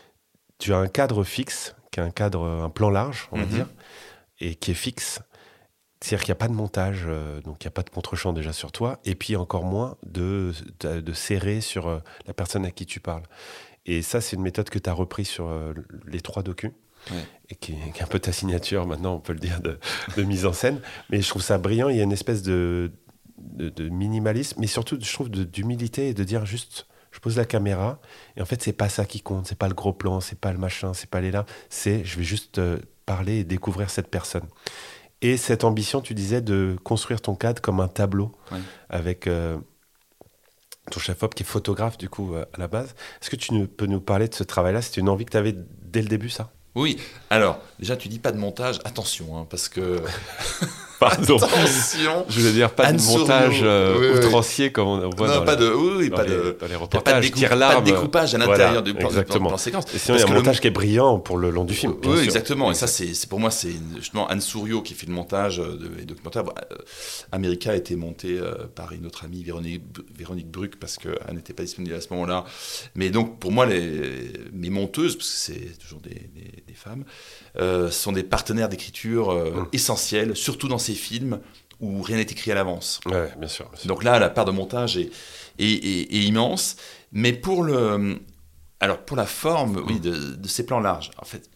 tu as un cadre fixe, qui est un cadre, un plan large, on va mm-hmm. dire, et qui est fixe. C'est-à-dire qu'il n'y a pas de montage, euh, donc il n'y a pas de contre-champ déjà sur toi, et puis encore moins de, de, de serrer sur euh, la personne à qui tu parles. Et ça, c'est une méthode que tu as reprise sur euh, les trois docus. Ouais. Et qui est, qui est un peu ta signature maintenant, on peut le dire, de, de mise en scène. Mais je trouve ça brillant, il y a une espèce de, de, de minimalisme, mais surtout, je trouve, de, d'humilité et de dire juste, je pose la caméra, et en fait, c'est pas ça qui compte, c'est pas le gros plan, c'est pas le machin, c'est pas les là, c'est je vais juste euh, parler et découvrir cette personne. Et cette ambition, tu disais, de construire ton cadre comme un tableau, ouais. avec euh, ton chef-op qui est photographe, du coup, euh, à la base. Est-ce que tu nous, peux nous parler de ce travail-là ? C'était une envie que tu avais dès le début, ça ? Oui, alors, déjà, tu dis pas de montage, attention, hein, parce que... Pardon. Attention. Je veux dire, pas Anne de montage euh, oui, outrancier oui. comme on voit non, dans, pas les, de, oui, oui, dans, pas les, de, dans les reportages. Pas de, découp- pas de découpage à l'intérieur voilà, du plan, plan, plan séquence. Et sinon, il y a un montage le... qui est brillant pour le long du film. Oui, sûr. exactement. Et ça, c'est, c'est pour moi, c'est justement Anne Souriau qui fait le montage des documentaires. Euh, America a été monté euh, par une autre amie, Véronique, Véronique Bruck, parce qu'elle n'était pas disponible à ce moment-là. Mais donc, pour moi, les, mes monteuses, parce que c'est toujours des, des, des femmes, euh, sont des partenaires d'écriture euh, mmh. essentiels, surtout dans ces films où rien n'est écrit à l'avance. Ouais, bien sûr, bien sûr. Donc là, la part de montage est, est, est, est immense. Mais pour, le, alors pour la forme mmh. oui, de, de ces plans larges, en fait,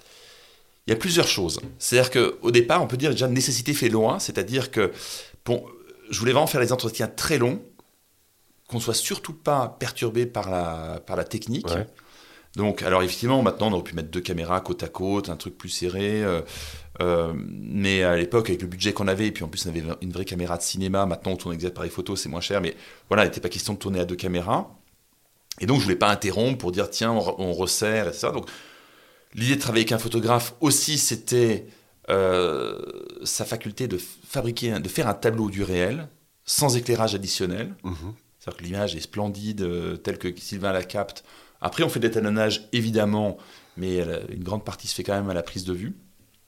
il y a plusieurs choses. C'est-à-dire qu'au départ, on peut dire déjà nécessité fait loi, c'est-à-dire que bon, je voulais vraiment faire des entretiens très longs, qu'on ne soit surtout pas perturbé par la, par la technique. Ouais. Donc, alors effectivement, maintenant, on aurait pu mettre deux caméras côte à côte, un truc plus serré. Euh, euh, mais à l'époque, avec le budget qu'on avait, et puis en plus, on avait une vraie caméra de cinéma. Maintenant, on tourne avec des appareils photo, c'est moins cher. Mais voilà, il n'était pas question de tourner à deux caméras. Et donc, je ne voulais pas interrompre pour dire, tiens, on, on resserre, et cetera. Donc, l'idée de travailler avec un photographe aussi, c'était euh, sa faculté de fabriquer, de faire un tableau du réel, sans éclairage additionnel. Mmh. C'est-à-dire que l'image est splendide, euh, telle que Sylvain la capte. Après, on fait des étalonnages, évidemment, mais une grande partie se fait quand même à la prise de vue.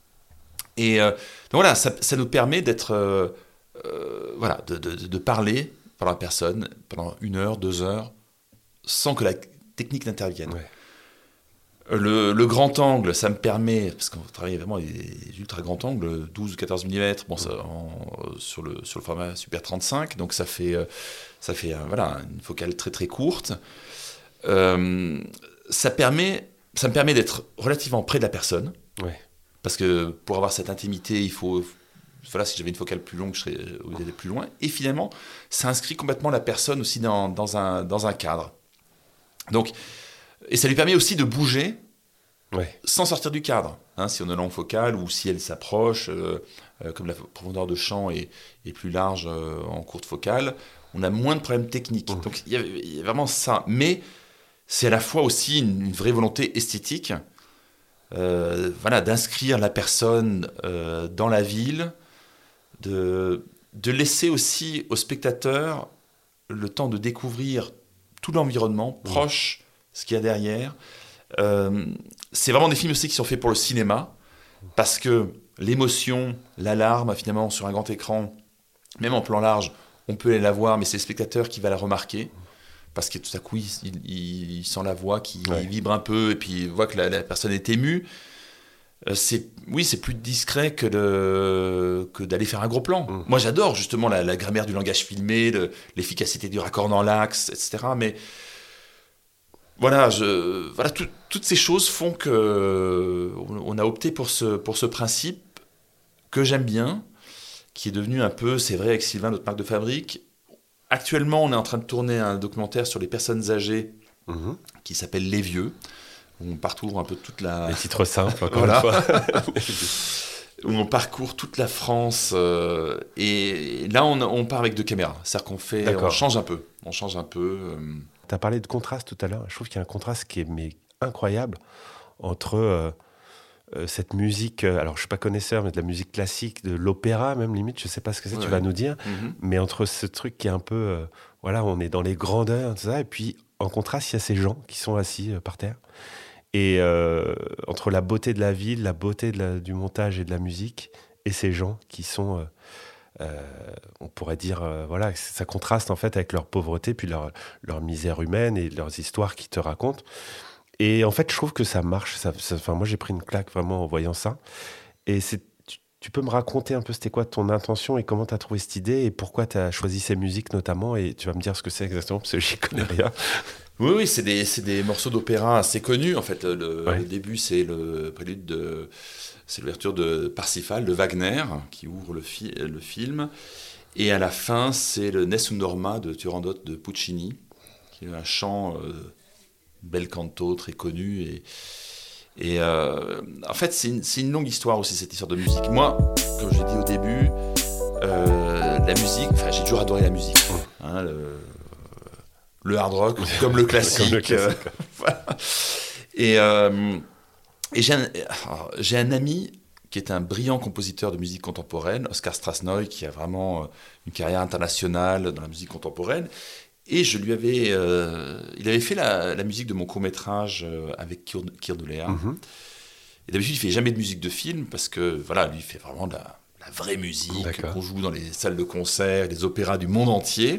Et euh, donc voilà, ça, ça nous permet d'être, euh, euh, voilà, de, de, de parler pendant la personne, pendant une heure, deux heures, sans que la technique n'intervienne. Ouais. Le, le grand angle, ça me permet, parce qu'on travaille vraiment avec des ultra grands angles, douze ou quatorze millimètres, bon, ça, en, sur, le, sur le format Super trente-cinq, donc ça fait, ça fait voilà, une focale très très courte. Euh, ça, permet, ça me permet d'être relativement près de la personne, ouais. Parce que pour avoir cette intimité, il faut, voilà, si j'avais une focale plus longue, je serais obligé d'aller plus loin, et finalement, ça inscrit complètement la personne aussi dans, dans, un, dans un cadre. Donc, et ça lui permet aussi de bouger, ouais. Sans sortir du cadre, hein, si on a longue focale ou si elle s'approche, euh, euh, comme la profondeur de champ est, est plus large euh, en courte focale, on a moins de problèmes techniques. Mmh. Donc il y, y a vraiment ça, mais c'est à la fois aussi une, une vraie volonté esthétique, euh, voilà, d'inscrire la personne euh, dans la ville, de, de laisser aussi au spectateur le temps de découvrir tout l'environnement mmh. proche, ce qu'il y a derrière. Euh, c'est vraiment des films aussi qui sont faits pour le cinéma, parce que l'émotion, l'alarme, finalement, sur un grand écran, même en plan large, on peut aller la voir, mais c'est le spectateur qui va la remarquer, parce que tout à coup, il, il, il sent la voix qui ouais. vibre un peu, et puis il voit que la, la personne est émue. Euh, c'est, oui, c'est plus discret que, de, que d'aller faire un gros plan. Mmh. Moi, j'adore justement la, la grammaire du langage filmé, le, l'efficacité du raccord dans l'axe, et cetera. Mais voilà, je, voilà tout, toutes ces choses font qu'on on a opté pour ce, pour ce principe que j'aime bien. qui est devenu un peu, c'est vrai, avec Sylvain, notre marque de fabrique. Actuellement, on est en train de tourner un documentaire sur les personnes âgées mmh. qui s'appelle Les Vieux, où on parcourt un peu toute la... Les titres simples, encore voilà. une fois. Où on parcourt toute la France. Euh, et là, on, on part avec deux caméras. C'est-à-dire qu'on fait, D'accord. on change un peu. On change un peu. Euh... Tu as parlé de contraste tout à l'heure. Je trouve qu'il y a un contraste qui est mais, incroyable entre... Euh, Euh, cette musique, euh, alors je suis pas connaisseur, mais de la musique classique, de l'opéra même limite, je sais pas ce que c'est, ouais. tu vas nous dire, mm-hmm. mais entre ce truc qui est un peu, euh, voilà, on est dans les grandeurs, tout ça, et puis en contraste, il y a ces gens qui sont assis euh, par terre, et euh, entre la beauté de la ville, la beauté de la, du montage et de la musique, et ces gens qui sont, euh, euh, on pourrait dire, euh, voilà, ça contraste en fait avec leur pauvreté, puis leur, leur misère humaine et leurs histoires qu'ils te racontent. Et en fait, je trouve que ça marche. Ça, ça, enfin, moi, j'ai pris une claque vraiment en voyant ça. Et c'est, tu, tu peux me raconter un peu c'était quoi ton intention et comment tu as trouvé cette idée et pourquoi tu as choisi ces musiques notamment. Et tu vas me dire ce que c'est exactement parce que j'y connais rien. Oui, oui, c'est des, c'est des morceaux d'opéra assez connus. En fait, le, ouais. le début, c'est le prélude de, c'est l'ouverture de Parsifal de Wagner qui ouvre le, fi, le film. Et à la fin, c'est le Nessun Dorma de Turandot de Puccini, qui est un chant. Euh, bel canto, très connu. Et, et euh, en fait, c'est une, c'est une longue histoire aussi, cette histoire de musique. Moi, comme je l'ai dit au début, euh, la musique, enfin, j'ai toujours adoré la musique. Hein, le, le hard rock, comme le classique. Comme le classique. Euh, voilà. Et, euh, et j'ai, un, alors, j'ai un ami qui est un brillant compositeur de musique contemporaine, Oscar Strasnoy, qui a vraiment une carrière internationale dans la musique contemporaine. Et je lui avais, euh, il avait fait la, la musique de mon court-métrage euh, avec Keir Dullea. Mm-hmm. Et d'habitude, il fait jamais de musique de film parce que voilà, lui, il fait vraiment de la, la vraie musique D'accord. qu'on joue dans les salles de concert, les opéras du monde entier.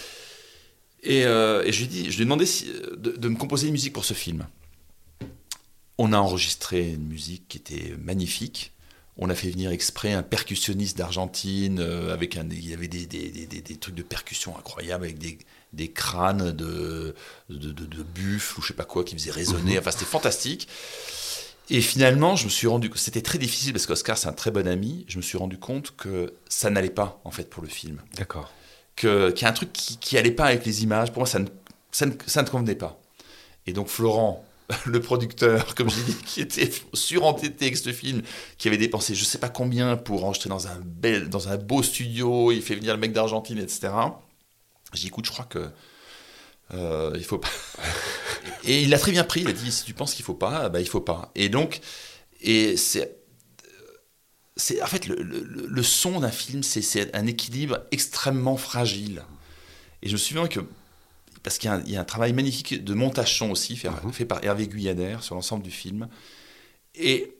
Et, euh, et je lui ai dit, je lui ai demandé si, de, de me composer une musique pour ce film. On a enregistré une musique qui était magnifique. On a fait venir exprès un percussionniste d'Argentine euh, avec un, il y avait des, des, des, des, des trucs de percussion incroyables avec des des crânes de, de, de, de buffles ou je sais pas quoi qui faisaient résonner, enfin c'était fantastique. Et finalement, je me suis rendu, c'était très difficile parce qu'Oscar c'est un très bon ami, je me suis rendu compte que ça n'allait pas en fait pour le film. D'accord. Que, qu'il y a un truc qui, qui allait pas avec les images, pour moi ça ne, ça ne, ça ne convenait pas. Et donc Florent, le producteur, comme j'ai dit, qui était surentêté avec ce film, qui avait dépensé je sais pas combien pour enregistrer dans un, bel, dans un beau studio, il fait venir le mec d'Argentine, et cetera. J'ai dit, écoute, je crois que euh, il faut pas. Et il l'a très bien pris. Il a dit, si tu penses qu'il faut pas, bah il faut pas. Et donc, et c'est, c'est en fait le, le, le son d'un film, c'est, c'est un équilibre extrêmement fragile. Et je me souviens que parce qu'il y a un, il y a un travail magnifique de montage son aussi fait, mm-hmm. fait par Hervé Guyader sur l'ensemble du film. Et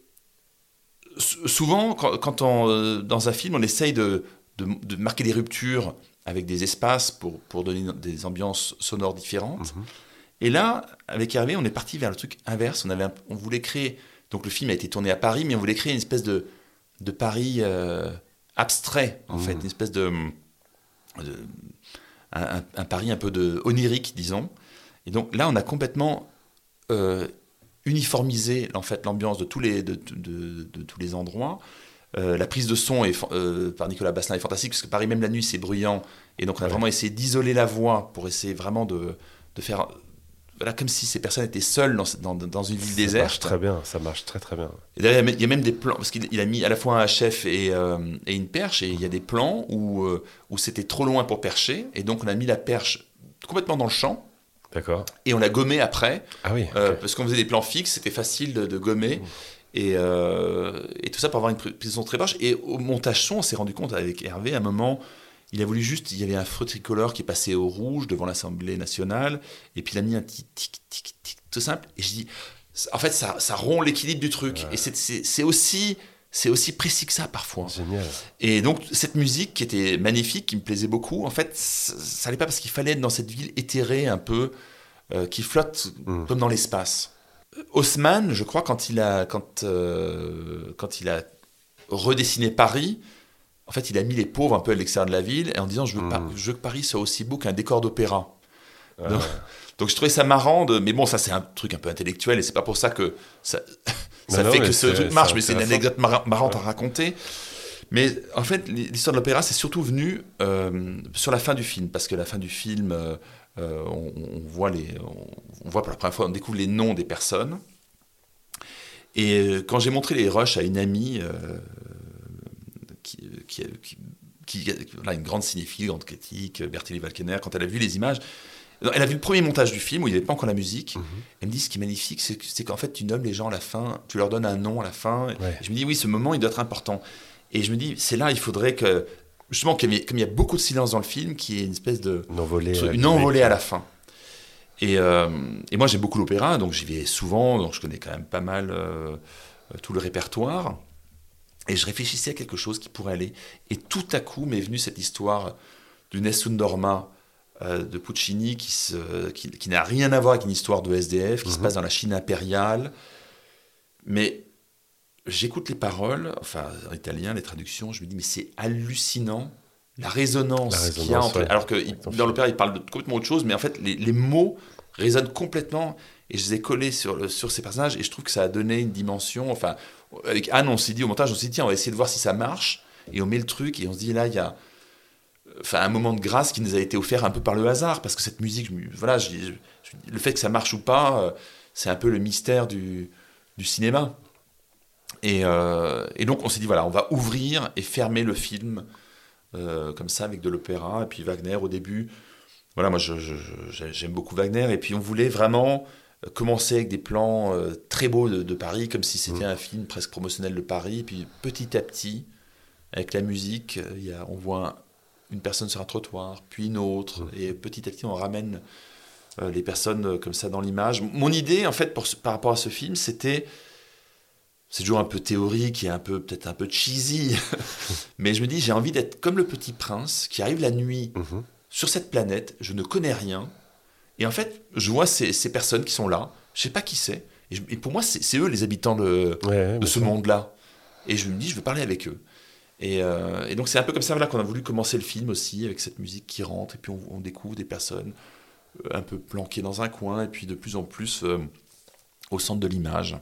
souvent, quand, quand on, dans un film, on essaye de, de, de marquer des ruptures avec des espaces pour, pour donner des ambiances sonores différentes. Mmh. Et là, avec Hervé, on est parti vers le truc inverse. On, avait un, on voulait créer... Donc le film a été tourné à Paris, mais on voulait créer une espèce de, de Paris euh, abstrait, en mmh. fait. Une espèce de... de un, un Paris un peu de onirique, disons. Et donc là, on a complètement euh, uniformisé en fait, l'ambiance de tous les, de, de, de, de tous les endroits. Euh, la prise de son est, euh, par Nicolas Basselin est fantastique, parce que Paris, même la nuit, c'est bruyant. Et donc, on a ouais. vraiment essayé d'isoler la voix pour essayer vraiment de, de faire... Voilà, comme si ces personnes étaient seules dans, dans, dans une ville ça déserte. Ça marche très bien, ça marche très très bien. Et d'ailleurs, il y a même des plans, parce qu'il a mis à la fois un chef et, euh, et une perche, et il y a des plans où, euh, où c'était trop loin pour percher, et donc on a mis la perche complètement dans le champ. D'accord. Et on l'a gommé après. Ah oui. Okay. Euh, parce qu'on faisait des plans fixes, c'était facile de, de gommer. Mmh. Et, euh, et tout ça pour avoir une prise de son très basse. Et au montage son, on s'est rendu compte avec Hervé, à un moment, il a voulu juste, il y avait un feu tricolore qui est passé au rouge devant l'Assemblée nationale, et puis il a mis un petit tic, tic, tic, tout simple. Et je dis, en fait, ça, ça rompt l'équilibre du truc. Ouais. Et c'est, c'est, c'est, aussi, c'est aussi précis que ça parfois. Génial. Et donc, cette musique qui était magnifique, qui me plaisait beaucoup, en fait, ça n'allait pas parce qu'il fallait être dans cette ville éthérée un peu, euh, qui flotte mmh. comme dans l'espace. Haussmann, je crois, quand il a, quand, euh, quand il a redessiné Paris, en fait, il a mis les pauvres un peu à l'extérieur de la ville, en disant je veux, mmh. pas, je veux que Paris soit aussi beau qu'un décor d'opéra. Ah. Donc, donc je trouvais ça marrant, de, mais bon, ça c'est un truc un peu intellectuel, et c'est pas pour ça que ça, ça non, fait non, que ce truc marche, mais c'est une anecdote mar- marrante ouais. à raconter. Mais en fait, l'histoire de l'opéra, c'est surtout venu euh, sur la fin du film, parce que la fin du film, euh, euh, on, on voit les, on, on voit pour la première fois, on découvre les noms des personnes. Et euh, quand j'ai montré les rushs à une amie euh, qui, qui, qui, qui, qui là, une grande cinéphile, grande critique, Bertélie Valkener, quand elle a vu les images, elle a vu le premier montage du film où il n'y avait pas encore la musique. Mm-hmm. Elle me dit, ce qui est magnifique, c'est, c'est qu'en fait, tu nommes les gens à la fin, tu leur donnes un nom à la fin. Ouais. Et je me dis, oui, ce moment, il doit être important. Et je me dis, c'est là, il faudrait que, justement, comme il y a beaucoup de silence dans le film, qu'il y ait une espèce de... Une envolée, une envolée à la fin. Et, euh, et moi, j'aime beaucoup l'opéra, donc j'y vais souvent, donc je connais quand même pas mal euh, tout le répertoire. Et je réfléchissais à quelque chose qui pourrait aller. Et tout à coup m'est venue cette histoire du Nessun Dorma euh, de Puccini, qui, se, qui, qui n'a rien à voir avec une histoire de S D F, qui mm-hmm. se passe dans la Chine impériale. Mais j'écoute les paroles, enfin en italien, les traductions, je me dis, mais c'est hallucinant. La résonance, la résonance qu'il y a entre... Ouais. Alors que il, dans l'opéra, il parle de complètement autre chose, mais en fait, les, les mots résonnent complètement, et je les ai collés sur, le, sur ces personnages, et je trouve que ça a donné une dimension... Enfin, avec Anne, on s'est dit, au montage, on s'est dit, tiens, on va essayer de voir si ça marche, et on met le truc, et on se dit, là, il y a enfin, un moment de grâce qui nous a été offert un peu par le hasard, parce que cette musique, je, voilà, je, je, je, le fait que ça marche ou pas, euh, c'est un peu le mystère du, du cinéma. Et, euh, et donc, on s'est dit, voilà, on va ouvrir et fermer le film... Euh, comme ça avec de l'opéra, et puis Wagner au début, voilà, moi je, je, je, j'aime beaucoup Wagner, et puis on voulait vraiment commencer avec des plans euh, très beaux de, de Paris, comme si c'était mmh. un film presque promotionnel de Paris, et puis petit à petit, avec la musique, il y a, on voit une personne sur un trottoir, puis une autre, mmh. et petit à petit on ramène euh, les personnes comme ça dans l'image. Mon idée en fait pour, par rapport à ce film, c'était... C'est toujours un peu théorique et un peu, peut-être un peu cheesy. Mais je me dis, j'ai envie d'être comme le petit prince qui arrive la nuit mmh. sur cette planète. Je ne connais rien. Et en fait, je vois ces, ces personnes qui sont là. Je ne sais pas qui c'est. Et, je, et pour moi, c'est, c'est eux les habitants de, ouais, de ce ça. monde-là. Et je me dis, je veux parler avec eux. Et, euh, et donc, c'est un peu comme ça là, qu'on a voulu commencer le film aussi, avec cette musique qui rentre. Et puis, on, on découvre des personnes un peu planquées dans un coin. Et puis, de plus en plus, euh, au centre de l'image.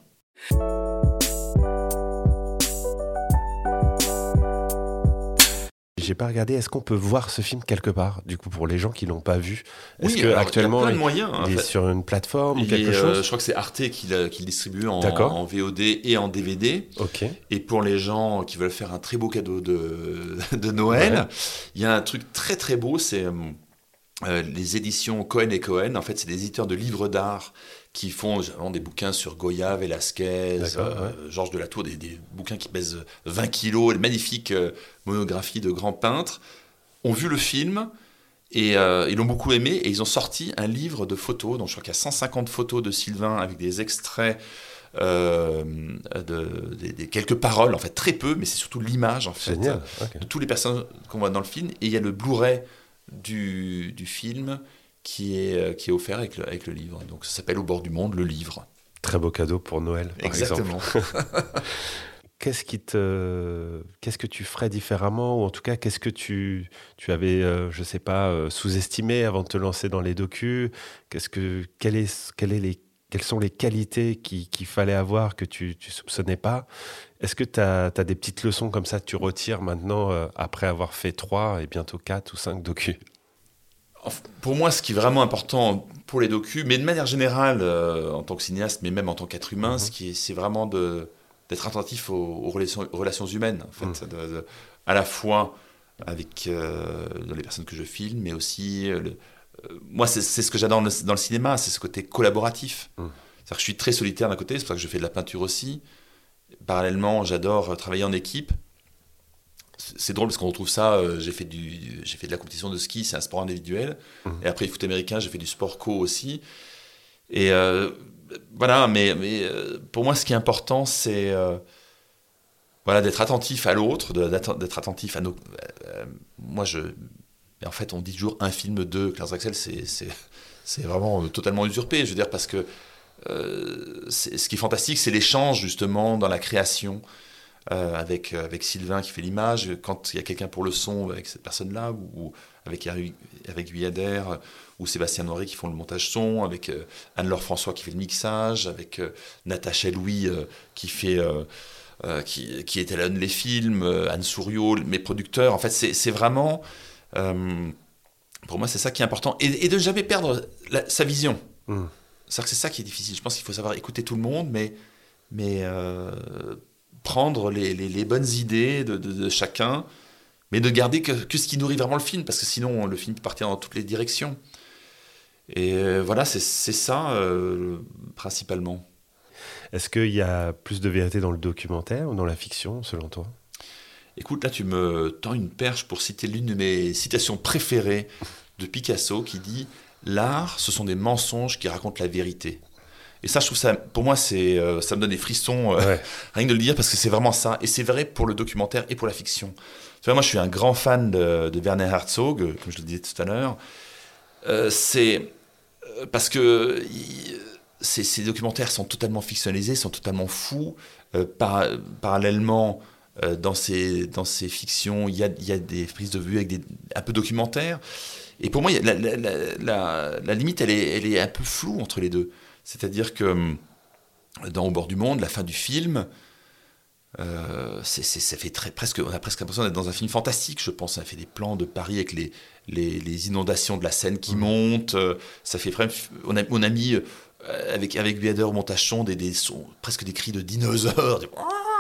J'ai pas regardé. Est-ce qu'on peut voir ce film quelque part, du coup, pour les gens qui l'ont pas vu? Est-ce oui, que alors, actuellement, il y a plein de moyens, il, il est fait. sur une plateforme il ou quelque est, chose euh, Je crois que c'est Arte qui, l'a, qui le distribue en, en V O D et en D V D. Ok. Et pour les gens qui veulent faire un très beau cadeau de, de Noël, ouais. il y a un truc très très beau, c'est euh, les éditions Cohen et Cohen. En fait, c'est des éditeurs de livres d'art qui font des bouquins sur Goya, Velázquez, euh, ouais. Georges de la Tour, des, des bouquins qui pèsent vingt kilos, des magnifiques euh, monographies de grands peintres, ont vu le film et euh, ils l'ont beaucoup aimé, et ils ont sorti un livre de photos, donc je crois qu'il y a cent cinquante photos de Sylvain avec des extraits, euh, de, de, de quelques paroles, en fait très peu, mais c'est surtout l'image en fait, Génial. Okay. de tous les personnages qu'on voit dans le film, et il y a le Blu-ray du, du film qui est, qui est offert avec le, avec le livre. Donc ça s'appelle Au bord du monde, le livre. Très beau cadeau pour Noël, par Exactement. exemple. Qu'est-ce qui te, qu'est-ce que tu ferais différemment, ou en tout cas, qu'est-ce que tu, tu avais, euh, je sais pas, euh, sous-estimé avant de te lancer dans les docus? Qu'est-ce que, quelle est, quelle est les, quelles sont les qualités qui, qu'il fallait avoir que tu, tu soupçonnais pas? Est-ce que tu as des petites leçons comme ça que tu retires maintenant, euh, après avoir fait trois et bientôt quatre ou cinq docus? Pour moi, ce qui est vraiment important pour les docus, mais de manière générale, euh, en tant que cinéaste, mais même en tant qu'être humain, mm-hmm. ce qui est, c'est vraiment de, d'être attentif aux, aux, relations, aux relations humaines, en fait, mm. de, de, à la fois avec euh, les personnes que je filme, mais aussi... Euh, le, euh, moi, c'est, c'est ce que j'adore dans le, dans le cinéma, c'est ce côté collaboratif. Mm. C'est-à-dire que je suis très solitaire d'un côté, c'est pour ça que je fais de la peinture aussi. Parallèlement, j'adore travailler en équipe. C'est drôle parce qu'on retrouve ça, euh, j'ai, fait du, j'ai fait de la compétition de ski, c'est un sport individuel. Mmh. Et après le foot américain, j'ai fait du sport co aussi. Et euh, voilà, mais, mais euh, pour moi, ce qui est important, c'est euh, voilà, d'être attentif à l'autre, de, d'être attentif à nos... Euh, moi, je... En fait, on dit toujours un film de Claire Axel, c'est, c'est, c'est vraiment totalement usurpé, je veux dire, parce que euh, c'est, ce qui est fantastique, c'est l'échange, justement, dans la création. Euh, avec, avec Sylvain qui fait l'image, quand il y a quelqu'un pour le son avec cette personne-là, ou, ou avec, avec Guyader, ou Sébastien Noiret qui font le montage son, avec euh, Anne-Laure François qui fait le mixage, avec euh, Natacha Louis euh, qui fait euh, euh, qui, qui étalonnent les films, euh, Anne Souriau, mes producteurs. En fait, c'est, c'est vraiment... Euh, pour moi, c'est ça qui est important. Et, et de ne jamais perdre la, sa vision. Mmh. C'est-à-dire que c'est ça qui est difficile. Je pense qu'il faut savoir écouter tout le monde, mais, mais euh, prendre les, les, les bonnes idées de, de, de chacun, mais de garder que, que ce qui nourrit vraiment le film, parce que sinon, le film peut partir dans toutes les directions. Et euh, voilà, c'est, c'est ça, euh, principalement. Est-ce qu'il y a plus de vérité dans le documentaire ou dans la fiction, selon toi ? Écoute, là, tu me tends une perche pour citer l'une de mes citations préférées de Picasso, qui dit « L'art, ce sont des mensonges qui racontent la vérité ». Et ça, je trouve ça, pour moi, c'est, euh, ça me donne des frissons, euh, ouais. rien que de le dire, parce que c'est vraiment ça. Et c'est vrai pour le documentaire et pour la fiction. Tu vois, moi, je suis un grand fan de, de Werner Herzog, comme je le disais tout à l'heure. Euh, c'est parce que il, ces, ces documentaires sont totalement fictionnalisés, sont totalement fous. Euh, par, parallèlement, euh, dans, ces, dans ces fictions, il y a, il y a des prises de vue avec des, un peu documentaires. Et pour moi, la, la, la, la, la limite, elle est, elle est un peu floue entre les deux. C'est-à-dire que dans Au bord du monde, la fin du film, euh, c'est, c'est, ça fait très, presque, on a presque l'impression d'être dans un film fantastique, je pense. Ça fait des plans de Paris avec les, les, les inondations de la Seine qui mmh. montent. Ça fait, on, a, on a mis avec, avec Bader au Montachon des, des sons, presque des cris de dinosaures. Des...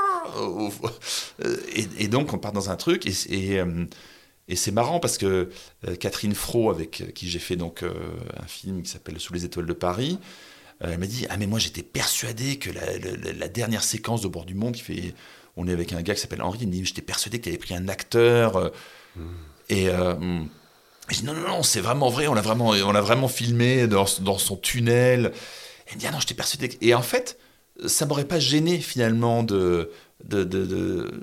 Et, et donc, on part dans un truc. Et, et, et c'est marrant parce que Catherine Fro, avec qui j'ai fait donc, un film qui s'appelle Sous les étoiles de Paris, elle m'a dit « Ah, mais moi, j'étais persuadé que la, la, la dernière séquence de Bord du monde, qui fait, on est avec un gars qui s'appelle Henri, il me dit « J'étais persuadé que tu avais pris un acteur. Mmh. » Et euh, je dis « Non, non, non, c'est vraiment vrai, on l'a vraiment, on l'a vraiment filmé dans, dans son tunnel. » Elle me dit « Ah non, j'étais persuadé. Que... » Et en fait, ça ne m'aurait pas gêné, finalement, de, de, de, de,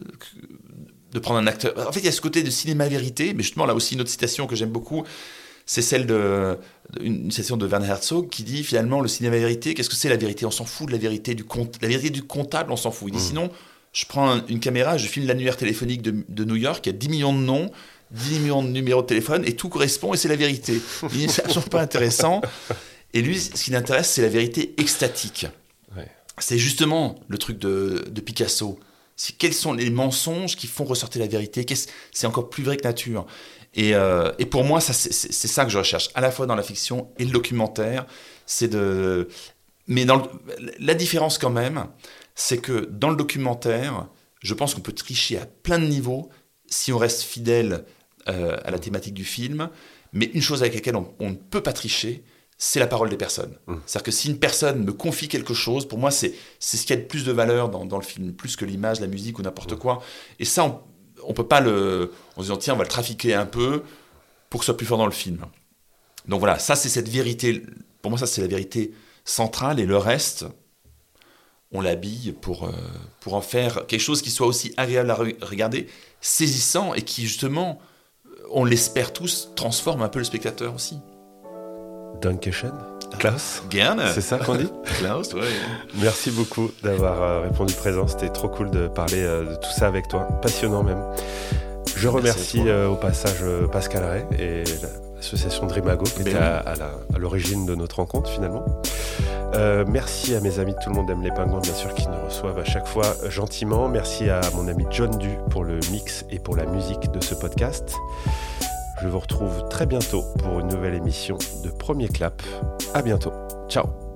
de prendre un acteur. En fait, il y a ce côté de cinéma-vérité, mais justement, là aussi, une autre citation que j'aime beaucoup, c'est celle de, une citation de Werner Herzog qui dit finalement le cinéma vérité, qu'est-ce que c'est la vérité ? On s'en fout de la vérité du compte, la vérité du comptable, on s'en fout. Il dit mmh. sinon, je prends un, une caméra, je filme l'annuaire téléphonique de, de New York, il y a dix millions de noms, dix millions de numéros de téléphone et tout correspond et c'est la vérité. Il dit c'est absolument pas intéressant. Et lui, ce qui l'intéresse, c'est la vérité extatique. Ouais. C'est justement le truc de, de Picasso. C'est quels sont les mensonges qui font ressortir la vérité ? Qu'est-ce, c'est encore plus vrai que nature. Et, euh, et pour moi, ça, c'est, c'est, c'est ça que je recherche, à la fois dans la fiction et le documentaire. C'est de... Mais dans le... la différence quand même, c'est que dans le documentaire, je pense qu'on peut tricher à plein de niveaux si on reste fidèle euh, à la thématique du film. Mais une chose avec laquelle on, on ne peut pas tricher, c'est la parole des personnes. Mmh. C'est-à-dire que si une personne me confie quelque chose, pour moi, c'est, c'est ce qui a de plus de valeur dans, dans le film, plus que l'image, la musique ou n'importe mmh. quoi. Et ça, on on peut pas le... En se disant, tiens, on va le trafiquer un peu pour que ce soit plus fort dans le film. Donc voilà, ça, c'est cette vérité. Pour moi, ça, c'est la vérité centrale. Et le reste, on l'habille pour, euh, pour en faire quelque chose qui soit aussi agréable à re- regarder, saisissant et qui, justement, on l'espère tous, transforme un peu le spectateur aussi. Dankeschön. Klaus, Gerne. C'est ça qu'on dit Klaus, oui. Merci beaucoup d'avoir euh, répondu présent. C'était trop cool de parler euh, de tout ça avec toi. Passionnant même. Je Merci remercie euh, au passage euh, Pascal Ray et l'association Dreamago qui était à, à, la, à l'origine de notre rencontre finalement. Euh, merci à mes amis de Tout le monde aime les pingouins, bien sûr, qui nous reçoivent à chaque fois euh, gentiment. Merci à mon ami John Du pour le mix et pour la musique de ce podcast. Je vous retrouve très bientôt pour une nouvelle émission de Premier Clap. À bientôt. Ciao.